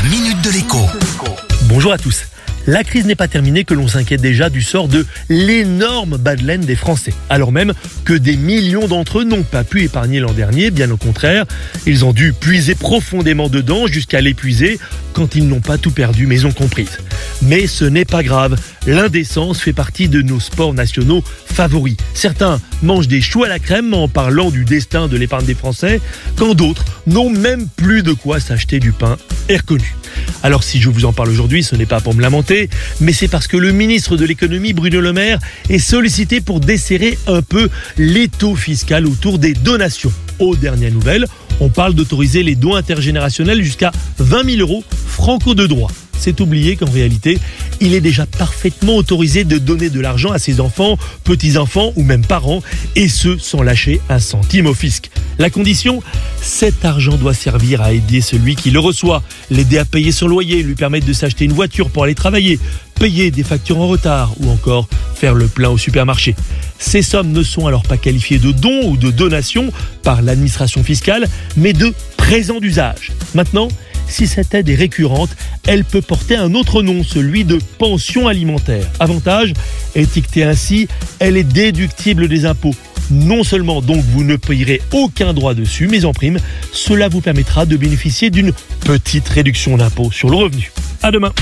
minute de l'écho. Bonjour à tous. La crise n'est pas terminée que l'on s'inquiète déjà du sort de l'énorme bas de laine des Français. Alors même que des millions d'entre eux n'ont pas pu épargner l'an dernier, bien au contraire. Ils ont dû puiser profondément dedans jusqu'à l'épuiser quand ils n'ont pas tout perdu, maison comprise. Mais ce n'est pas grave. L'indécence fait partie de nos sports nationaux favoris. Certains mangent des choux à la crème en parlant du destin de l'épargne des Français, quand d'autres n'ont même plus de quoi s'acheter du pain est reconnu. Alors si je vous en parle aujourd'hui, ce n'est pas pour me lamenter, mais c'est parce que le ministre de l'économie, Bruno Le Maire, est sollicité pour desserrer un peu l'étau fiscal autour des donations. Aux dernières nouvelles, on parle d'autoriser les dons intergénérationnels jusqu'à 20 000 euros franco de droit. C'est oublier qu'en réalité, il est déjà parfaitement autorisé de donner de l'argent à ses enfants, petits-enfants ou même parents, et ce, sans lâcher un centime au fisc. La condition, cet argent doit servir à aider celui qui le reçoit, l'aider à payer son loyer, lui permettre de s'acheter une voiture pour aller travailler, payer des factures en retard ou encore faire le plein au supermarché. Ces sommes ne sont alors pas qualifiées de dons ou de donations par l'administration fiscale, mais de présents d'usage. Maintenant, si cette aide est récurrente, elle peut porter un autre nom, celui de pension alimentaire. Avantage, étiquetée ainsi, elle est déductible des impôts. Non seulement donc vous ne payerez aucun droit dessus, mais en prime, cela vous permettra de bénéficier d'une petite réduction d'impôt sur le revenu. À demain.